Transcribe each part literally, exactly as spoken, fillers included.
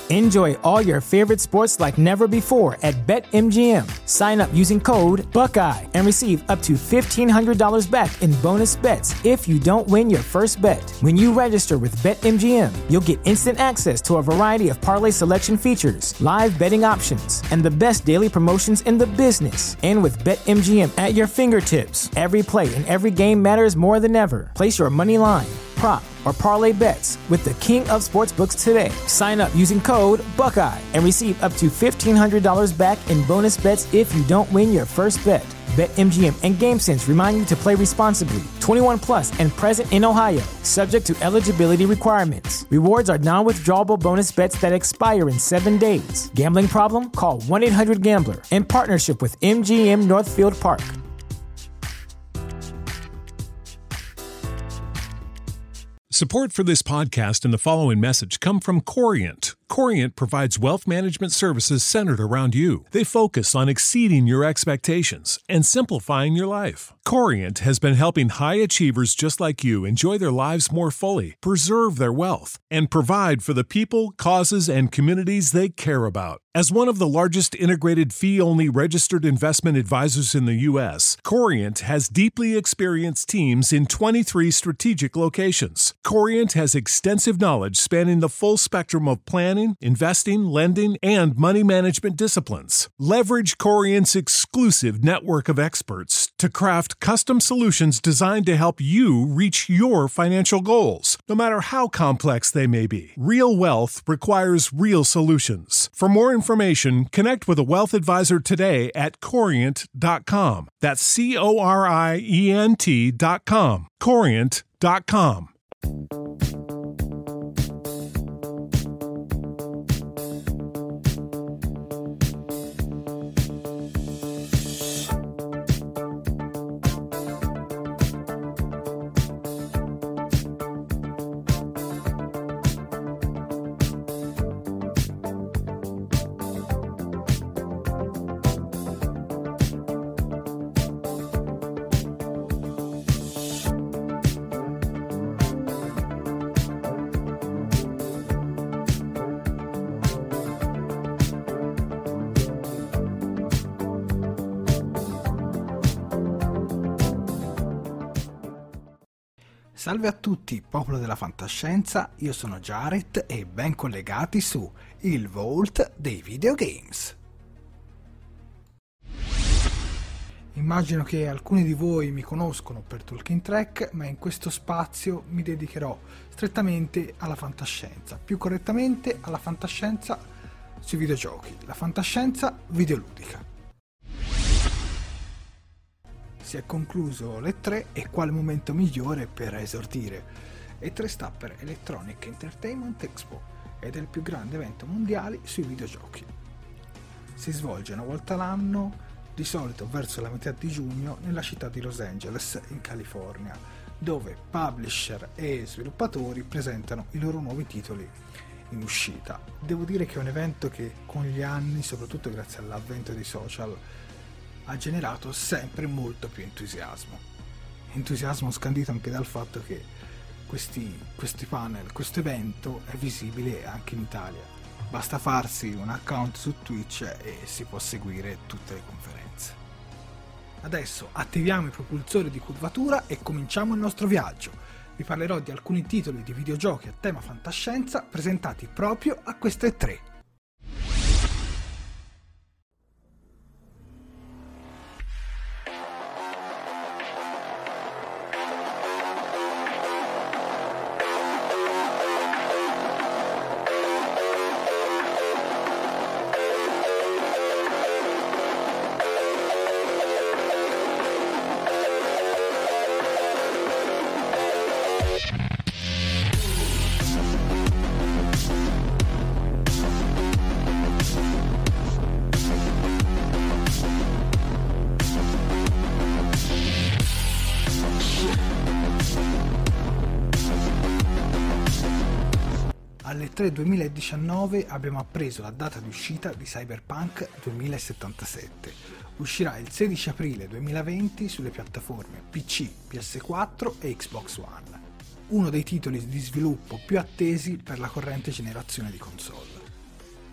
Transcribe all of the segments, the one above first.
Enjoy all your favorite sports like never before at BetMGM. Sign up using code Buckeye and receive up to fifteen hundred dollars back in bonus bets if you don't win your first bet. When you register with BetMGM, you'll get instant access to a variety of parlay selection features, live betting options, and the best daily promotions in the business. And with BetMGM at your fingertips, every play and every game matters more than ever. Place your money line, prop, or parlay bets with the king of sportsbooks today. Sign up using code Buckeye and receive up to fifteen hundred dollars back in bonus bets if you don't win your first bet. BetMGM and GameSense remind you to play responsibly. twenty-one plus and present in Ohio, subject to eligibility requirements. Rewards are non-withdrawable bonus bets that expire in seven days. Gambling problem? Call one eight hundred gambler in partnership with M G M Northfield Park. Support for this podcast and the following message come from Corient. Corient provides wealth management services centered around you. They focus on exceeding your expectations and simplifying your life. Corient has been helping high achievers just like you enjoy their lives more fully, preserve their wealth, and provide for the people, causes, and communities they care about. As one of the largest integrated fee-only registered investment advisors in the U S, Corient has deeply experienced teams in twenty-three strategic locations. Corient has extensive knowledge spanning the full spectrum of planning, investing, lending, and money management disciplines. Leverage Corient's exclusive network of experts to craft custom solutions designed to help you reach your financial goals, no matter how complex they may be. Real wealth requires real solutions. For more information, connect with a wealth advisor today at corient dot com. That's C O R I E N T dot com. corient dot com. Salve a tutti, popolo della fantascienza, io sono Jared e ben collegati su il Vault dei videogames. Immagino che alcuni di voi mi conoscono per Talking Track, ma in questo spazio mi dedicherò strettamente alla fantascienza, più correttamente alla fantascienza sui videogiochi, la fantascienza videoludica. Si è concluso l'E tre e quale momento migliore per esordire? E tre sta per Electronic Entertainment Expo ed è il più grande evento mondiale sui videogiochi. Si svolge una volta l'anno, di solito verso la metà di giugno, nella città di Los Angeles, in California, dove publisher e sviluppatori presentano i loro nuovi titoli in uscita. Devo dire che è un evento che con gli anni, soprattutto grazie all'avvento dei social, ha generato sempre molto più entusiasmo. Entusiasmo scandito anche dal fatto che questi, questi panel, questo evento è visibile anche in Italia. Basta farsi un account su Twitch e si può seguire tutte le conferenze. Adesso attiviamo i propulsori di curvatura e cominciamo il nostro viaggio. Vi parlerò di alcuni titoli di videogiochi a tema fantascienza presentati proprio a queste tre. Alle tre duemiladiciannove abbiamo appreso la data di uscita di Cyberpunk duemilasettantasette. Uscirà il sedici aprile duemilaventi sulle piattaforme P C, P S quattro e Xbox One. Uno dei titoli di sviluppo più attesi per la corrente generazione di console.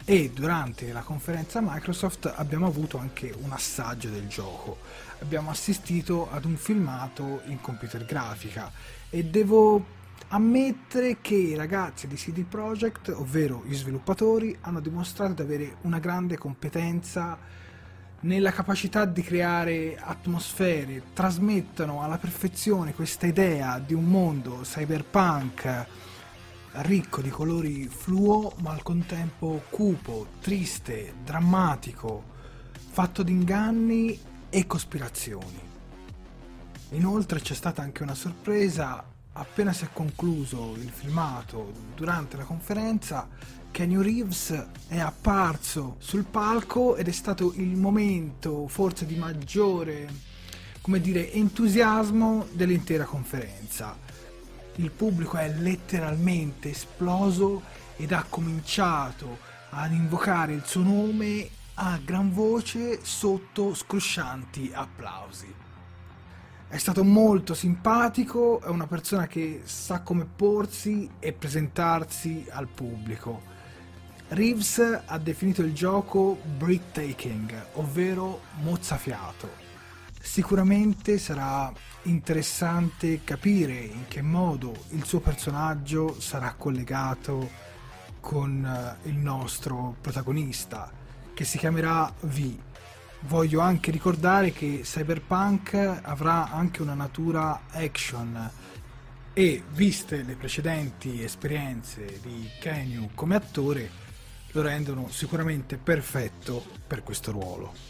E durante la conferenza Microsoft abbiamo avuto anche un assaggio del gioco. Abbiamo assistito ad un filmato in computer grafica e devo ammettere che i ragazzi di C D Projekt, ovvero gli sviluppatori, hanno dimostrato di avere una grande competenza nella capacità di creare atmosfere, trasmettono alla perfezione questa idea di un mondo cyberpunk ricco di colori fluo, ma al contempo cupo, triste, drammatico, fatto di inganni e cospirazioni. Inoltre c'è stata anche una sorpresa: appena si è concluso il filmato, durante la conferenza, Keanu Reeves è apparso sul palco ed è stato il momento forse di maggiore, come dire, entusiasmo dell'intera conferenza. Il pubblico è letteralmente esploso ed ha cominciato ad invocare il suo nome a gran voce sotto scroscianti applausi. È stato molto simpatico, è una persona che sa come porsi e presentarsi al pubblico. Reeves ha definito il gioco breathtaking, ovvero mozzafiato. Sicuramente sarà interessante capire in che modo il suo personaggio sarà collegato con il nostro protagonista, che si chiamerà V. Voglio anche ricordare che Cyberpunk avrà anche una natura action e, viste le precedenti esperienze di Keanu come attore, lo rendono sicuramente perfetto per questo ruolo.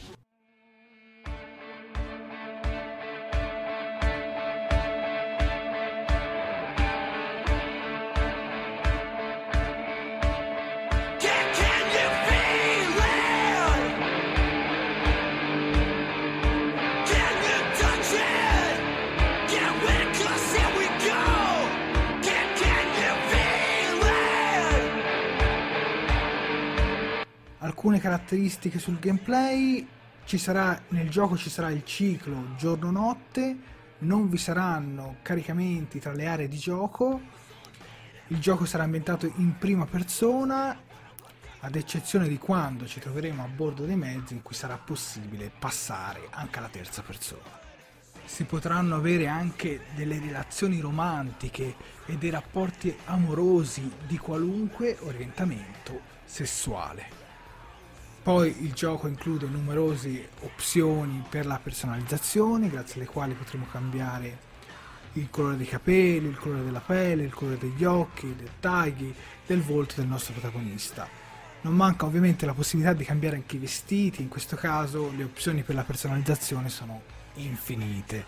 Alcune caratteristiche sul gameplay: ci sarà, nel gioco ci sarà il ciclo giorno-notte, non vi saranno caricamenti tra le aree di gioco, il gioco sarà ambientato in prima persona, ad eccezione di quando ci troveremo a bordo dei mezzi in cui sarà possibile passare anche alla terza persona. Si potranno avere anche delle relazioni romantiche e dei rapporti amorosi di qualunque orientamento sessuale. Poi il gioco include numerose opzioni per la personalizzazione, grazie alle quali potremo cambiare il colore dei capelli, il colore della pelle, il colore degli occhi, i dettagli del volto del nostro protagonista. Non manca ovviamente la possibilità di cambiare anche i vestiti, in questo caso le opzioni per la personalizzazione sono infinite.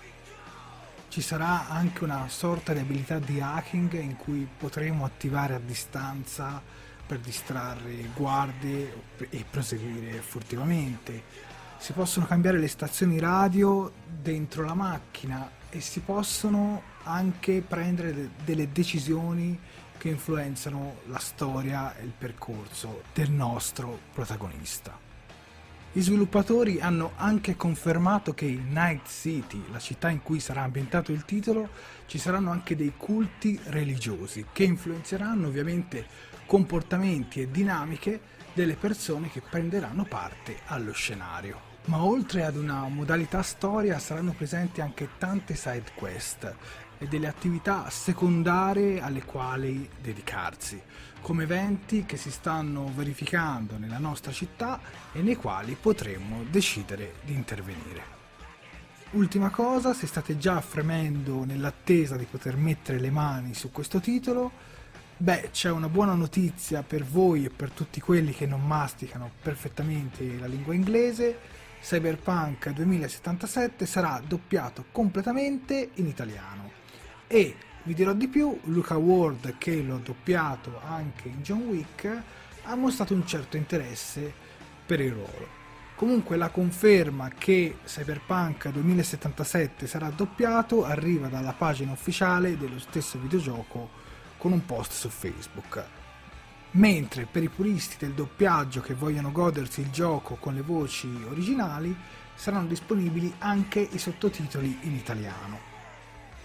Ci sarà anche una sorta di abilità di hacking in cui potremo attivare a distanza per distrarre guardie e proseguire furtivamente. Si possono cambiare le stazioni radio dentro la macchina e si possono anche prendere de- delle decisioni che influenzano la storia e il percorso del nostro protagonista. Gli sviluppatori hanno anche confermato che in Night City, la città in cui sarà ambientato il titolo, ci saranno anche dei culti religiosi che influenzeranno ovviamente comportamenti e dinamiche delle persone che prenderanno parte allo scenario. Ma oltre ad una modalità storia saranno presenti anche tante side quest e delle attività secondarie alle quali dedicarsi, come eventi che si stanno verificando nella nostra città e nei quali potremmo decidere di intervenire. Ultima cosa, se state già fremendo nell'attesa di poter mettere le mani su questo titolo, beh, c'è una buona notizia per voi e per tutti quelli che non masticano perfettamente la lingua inglese: Cyberpunk duemilasettantasette sarà doppiato completamente in italiano. E vi dirò di più, Luca Ward, che l'ho doppiato anche in John Wick, ha mostrato un certo interesse per il ruolo. Comunque la conferma che Cyberpunk duemilasettantasette sarà doppiato arriva dalla pagina ufficiale dello stesso videogioco con un post su Facebook. Mentre per i puristi del doppiaggio che vogliono godersi il gioco con le voci originali saranno disponibili anche i sottotitoli in italiano.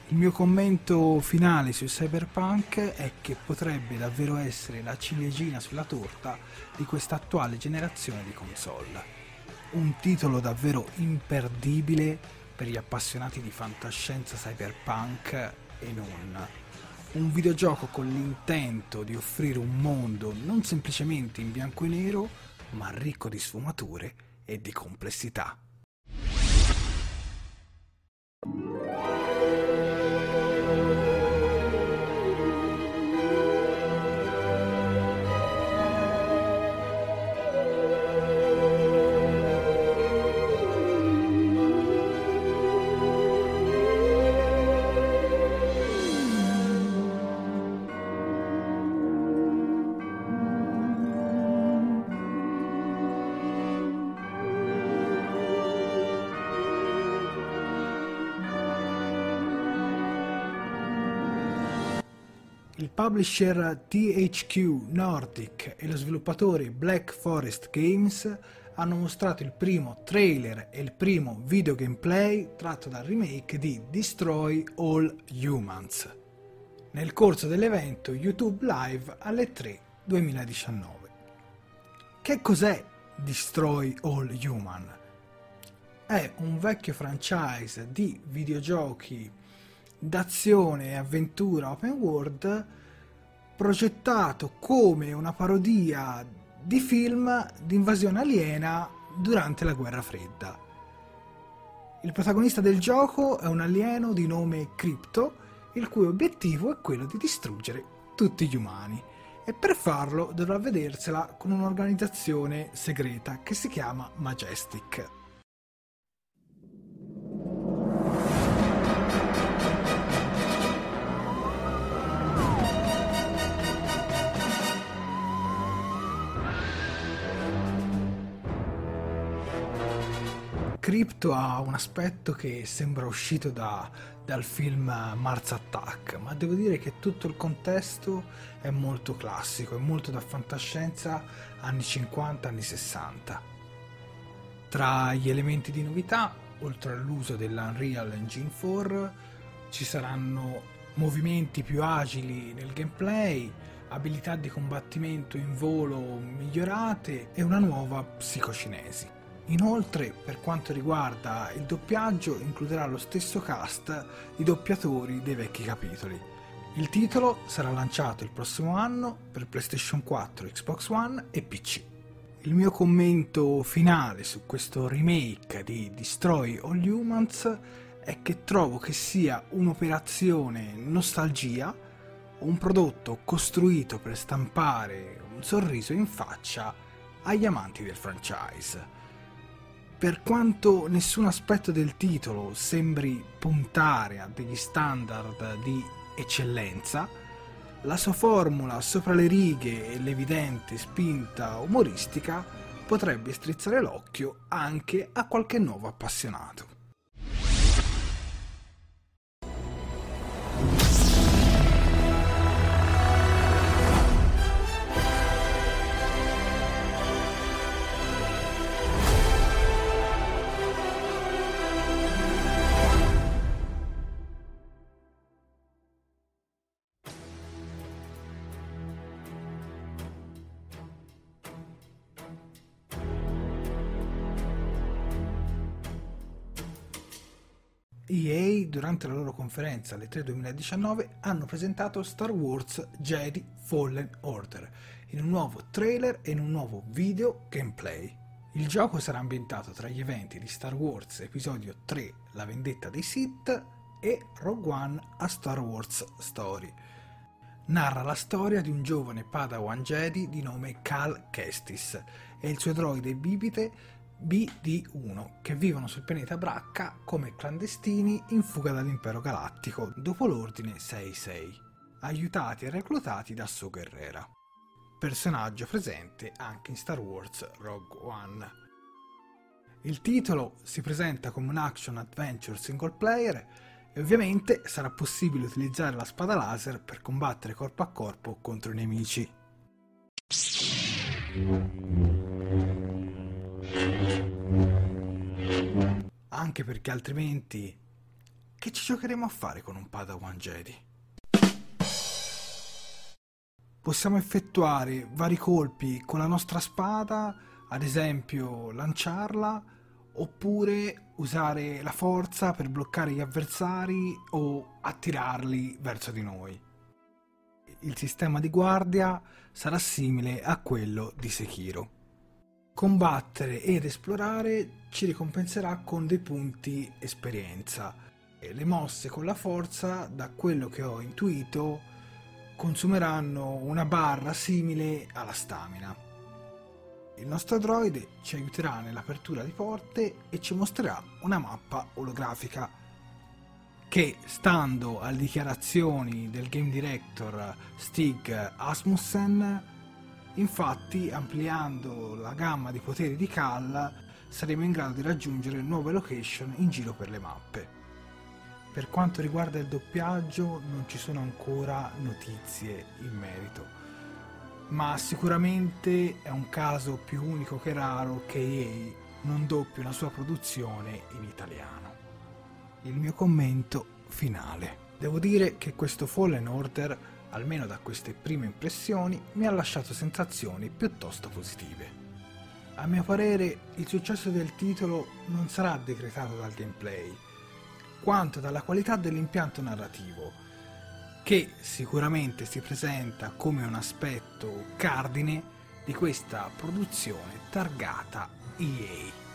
Il mio commento finale su Cyberpunk è che potrebbe davvero essere la ciliegina sulla torta di questa attuale generazione di console. Un titolo davvero imperdibile per gli appassionati di fantascienza cyberpunk e non. Un videogioco con l'intento di offrire un mondo non semplicemente in bianco e nero, ma ricco di sfumature e di complessità. Il publisher T H Q Nordic e lo sviluppatore Black Forest Games hanno mostrato il primo trailer e il primo video gameplay tratto dal remake di Destroy All Humans nel corso dell'evento YouTube Live alle tre duemiladiciannove. Che cos'è Destroy All Human? È un vecchio franchise di videogiochi d'azione e avventura open world progettato come una parodia di film di invasione aliena durante la Guerra Fredda. Il protagonista del gioco è un alieno di nome Crypto, il cui obiettivo è quello di distruggere tutti gli umani, e per farlo dovrà vedersela con un'organizzazione segreta che si chiama Majestic. Crypto ha un aspetto che sembra uscito da, dal film Mars Attack, ma devo dire che tutto il contesto è molto classico, è molto da fantascienza anni cinquanta, anni sessanta. Tra gli elementi di novità, oltre all'uso dell'Unreal Engine quattro, ci saranno movimenti più agili nel gameplay, abilità di combattimento in volo migliorate e una nuova psicocinesi. Inoltre, per quanto riguarda il doppiaggio, includerà lo stesso cast di doppiatori dei vecchi capitoli. Il titolo sarà lanciato il prossimo anno per PlayStation quattro, Xbox One e P C. Il mio commento finale su questo remake di Destroy All Humans è che trovo che sia un'operazione nostalgia, un prodotto costruito per stampare un sorriso in faccia agli amanti del franchise. Per quanto nessun aspetto del titolo sembri puntare a degli standard di eccellenza, la sua formula sopra le righe e l'evidente spinta umoristica potrebbe strizzare l'occhio anche a qualche nuovo appassionato. E A, durante la loro conferenza alle tre duemiladiciannove, hanno presentato Star Wars Jedi Fallen Order in un nuovo trailer e in un nuovo video gameplay. Il gioco sarà ambientato tra gli eventi di Star Wars Episodio tre, La vendetta dei Sith, e Rogue One, A Star Wars Story. Narra la storia di un giovane Padawan Jedi di nome Cal Kestis e il suo droide bibite B D uno, che vivono sul pianeta Bracca come clandestini in fuga dall'impero galattico dopo l'ordine sei sei, aiutati e reclutati da Saw Gerrera, personaggio presente anche in Star Wars Rogue One. Il titolo si presenta come un action adventure single player e ovviamente sarà possibile utilizzare la spada laser per combattere corpo a corpo contro i nemici. Anche perché altrimenti che ci giocheremo a fare con un Padawan Jedi? Possiamo effettuare vari colpi con la nostra spada, ad esempio lanciarla, oppure usare la forza per bloccare gli avversari o attirarli verso di noi. Il sistema di guardia sarà simile a quello di Sekiro. Combattere ed esplorare ci ricompenserà con dei punti esperienza. E le mosse con la forza, da quello che ho intuito, consumeranno una barra simile alla stamina. Il nostro droide ci aiuterà nell'apertura di porte e ci mostrerà una mappa olografica che, stando alle dichiarazioni del game director Stig Asmussen, infatti ampliando la gamma di poteri di Cal saremo in grado di raggiungere nuove location in giro per le mappe. Per quanto riguarda il doppiaggio non ci sono ancora notizie in merito, ma sicuramente è un caso più unico che raro che E A non doppi una sua produzione in italiano. Il mio commento finale. Devo dire che questo Fallen Order, almeno da queste prime impressioni, mi ha lasciato sensazioni piuttosto positive. A mio parere il successo del titolo non sarà decretato dal gameplay, quanto dalla qualità dell'impianto narrativo, che sicuramente si presenta come un aspetto cardine di questa produzione targata E A.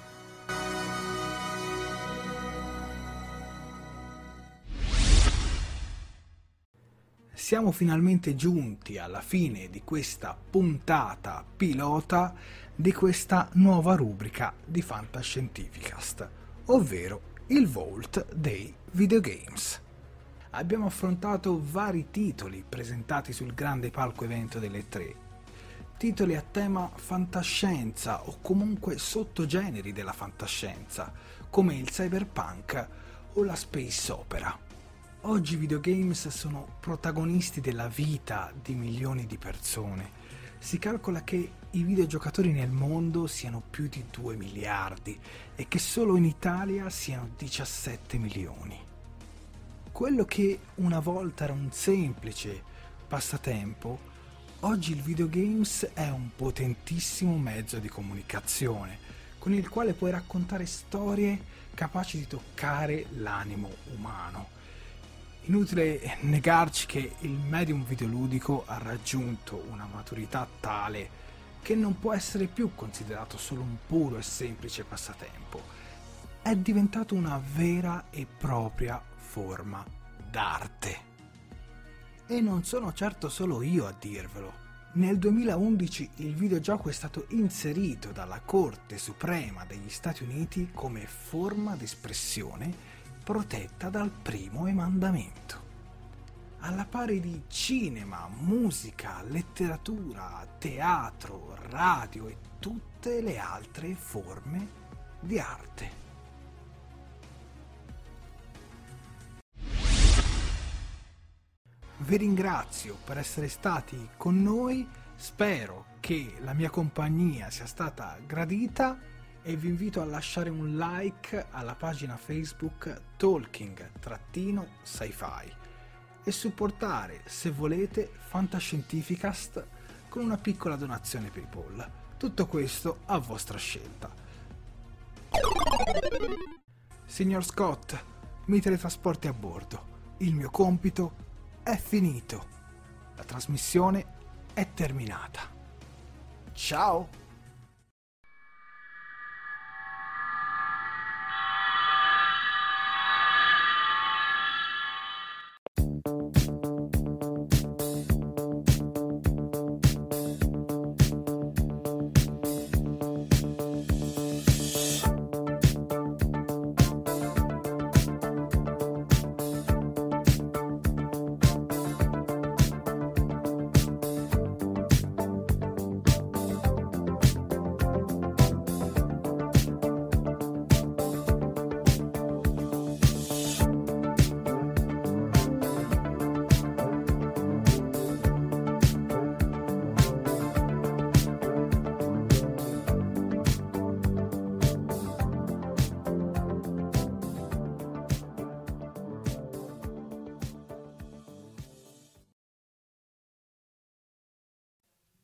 Siamo finalmente giunti alla fine di questa puntata pilota di questa nuova rubrica di Fantascientificast, ovvero il Vault dei videogames. Abbiamo affrontato vari titoli presentati sul grande palco evento delle tre, titoli a tema fantascienza o comunque sottogeneri della fantascienza, come il cyberpunk o la space opera. Oggi i videogames sono protagonisti della vita di milioni di persone. Si calcola che i videogiocatori nel mondo siano più di due miliardi e che solo in Italia siano diciassette milioni. Quello che una volta era un semplice passatempo, oggi il videogames è un potentissimo mezzo di comunicazione, con il quale puoi raccontare storie capaci di toccare l'animo umano. Inutile negarci che il medium videoludico ha raggiunto una maturità tale che non può essere più considerato solo un puro e semplice passatempo. È diventato una vera e propria forma d'arte. E non sono certo solo io a dirvelo. Nel duemilaundici il videogioco è stato inserito dalla Corte Suprema degli Stati Uniti come forma d'espressione protetta dal primo emendamento. Alla pari di cinema, musica, letteratura, teatro, radio e tutte le altre forme di arte. Vi ringrazio per essere stati con noi, spero che la mia compagnia sia stata gradita e vi invito a lasciare un like alla pagina Facebook Talking-Sci-Fi e supportare, se volete, Fantascientificast con una piccola donazione PayPal. Tutto questo a vostra scelta. Signor Scott, mi teletrasporti a bordo. Il mio compito è finito. La trasmissione è terminata. Ciao!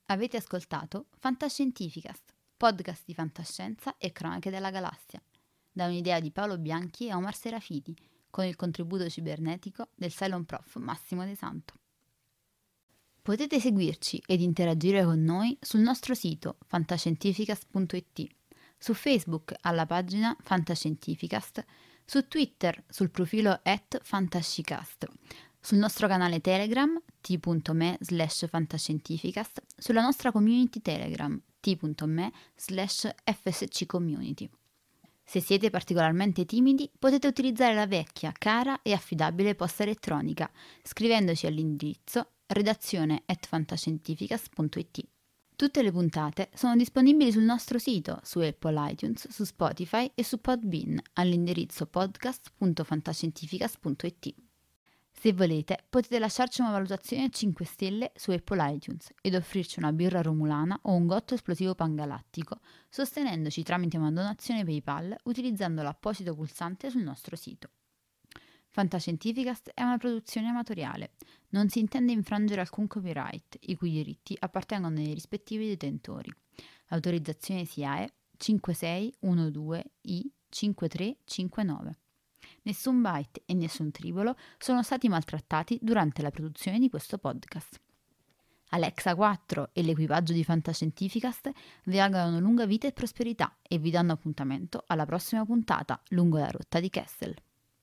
Avete ascoltato Fantascientificast, podcast di fantascienza e cronache della galassia, da un'idea di Paolo Bianchi e Omar Serafiti, con il contributo cibernetico del Cylon Prof Massimo De Santo. Potete seguirci ed interagire con noi sul nostro sito fantascientificast punto it, su Facebook alla pagina Fantascientificast, su Twitter sul profilo at fantascicast, sul nostro canale Telegram t.me slash fantascientificast, sulla nostra community Telegram t.me slash fsccommunity. Se siete particolarmente timidi, potete utilizzare la vecchia, cara e affidabile posta elettronica, scrivendoci all'indirizzo redazione at fantascientificast punto it. Tutte le puntate sono disponibili sul nostro sito, su Apple iTunes, su Spotify e su Podbean, all'indirizzo podcast punto fantascientificast punto it. Se volete, potete lasciarci una valutazione a cinque stelle su Apple iTunes ed offrirci una birra romulana o un gotto esplosivo pangalattico, sostenendoci tramite una donazione PayPal utilizzando l'apposito pulsante sul nostro sito. Fantascientificast è una produzione amatoriale. Non si intende infrangere alcun copyright, i cui diritti appartengono ai rispettivi detentori. L'autorizzazione S I A E cinque sei uno due I cinque tre cinque nove. Nessun byte e nessun tribolo sono stati maltrattati durante la produzione di questo podcast. Alexa quattro e l'equipaggio di Fantascientificast vi augurano lunga vita e prosperità e vi danno appuntamento alla prossima puntata lungo la rotta di Kessel.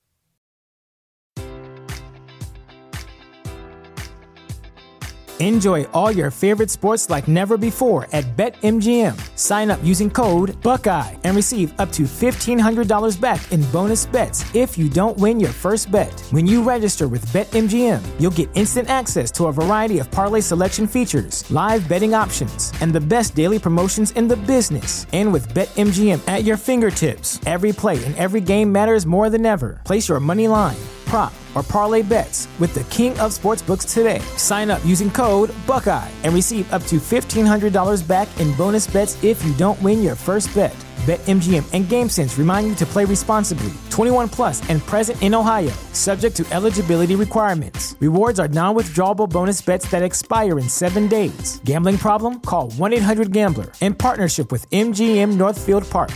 Enjoy all your favorite sports like never before at BetMGM. Sign up using code Buckeye and receive up to fifteen hundred dollars back in bonus bets if you don't win your first bet. When you register with BetMGM, you'll get instant access to a variety of parlay selection features, live betting options, and the best daily promotions in the business. And with BetMGM at your fingertips, every play and every game matters more than ever. Place your money line, prop, or parlay bets with the king of sportsbooks today. Sign up using code Buckeye and receive up to fifteen hundred dollars back in bonus bets if you don't win your first bet. BetMGM and GameSense remind you to play responsibly. twenty-one plus and present in Ohio, subject to eligibility requirements. Rewards are non-withdrawable bonus bets that expire in seven days. Gambling problem? Call one eight hundred gambler. In partnership with M G M Northfield Park.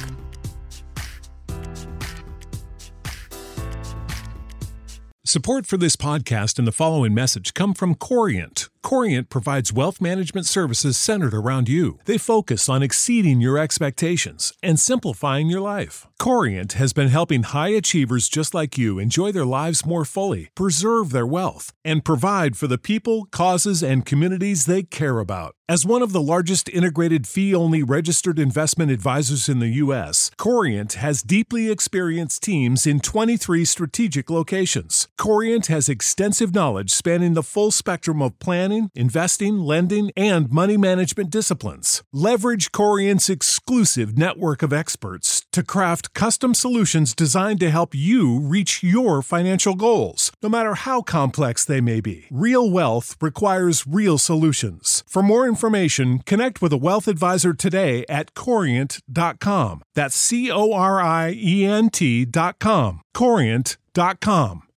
Support for this podcast and the following message come from Corient. Corient provides wealth management services centered around you. They focus on exceeding your expectations and simplifying your life. Corient has been helping high achievers just like you enjoy their lives more fully, preserve their wealth, and provide for the people, causes, and communities they care about. As one of the largest integrated fee-only registered investment advisors in the U S, Corient has deeply experienced teams in twenty-three strategic locations. Corient has extensive knowledge spanning the full spectrum of planning, investing, lending, and money management disciplines. Leverage Corient's exclusive network of experts to craft custom solutions designed to help you reach your financial goals, no matter how complex they may be. Real wealth requires real solutions. For more information, connect with a wealth advisor today at corient dot com. That's C O R I E N T dot com. corient dot com.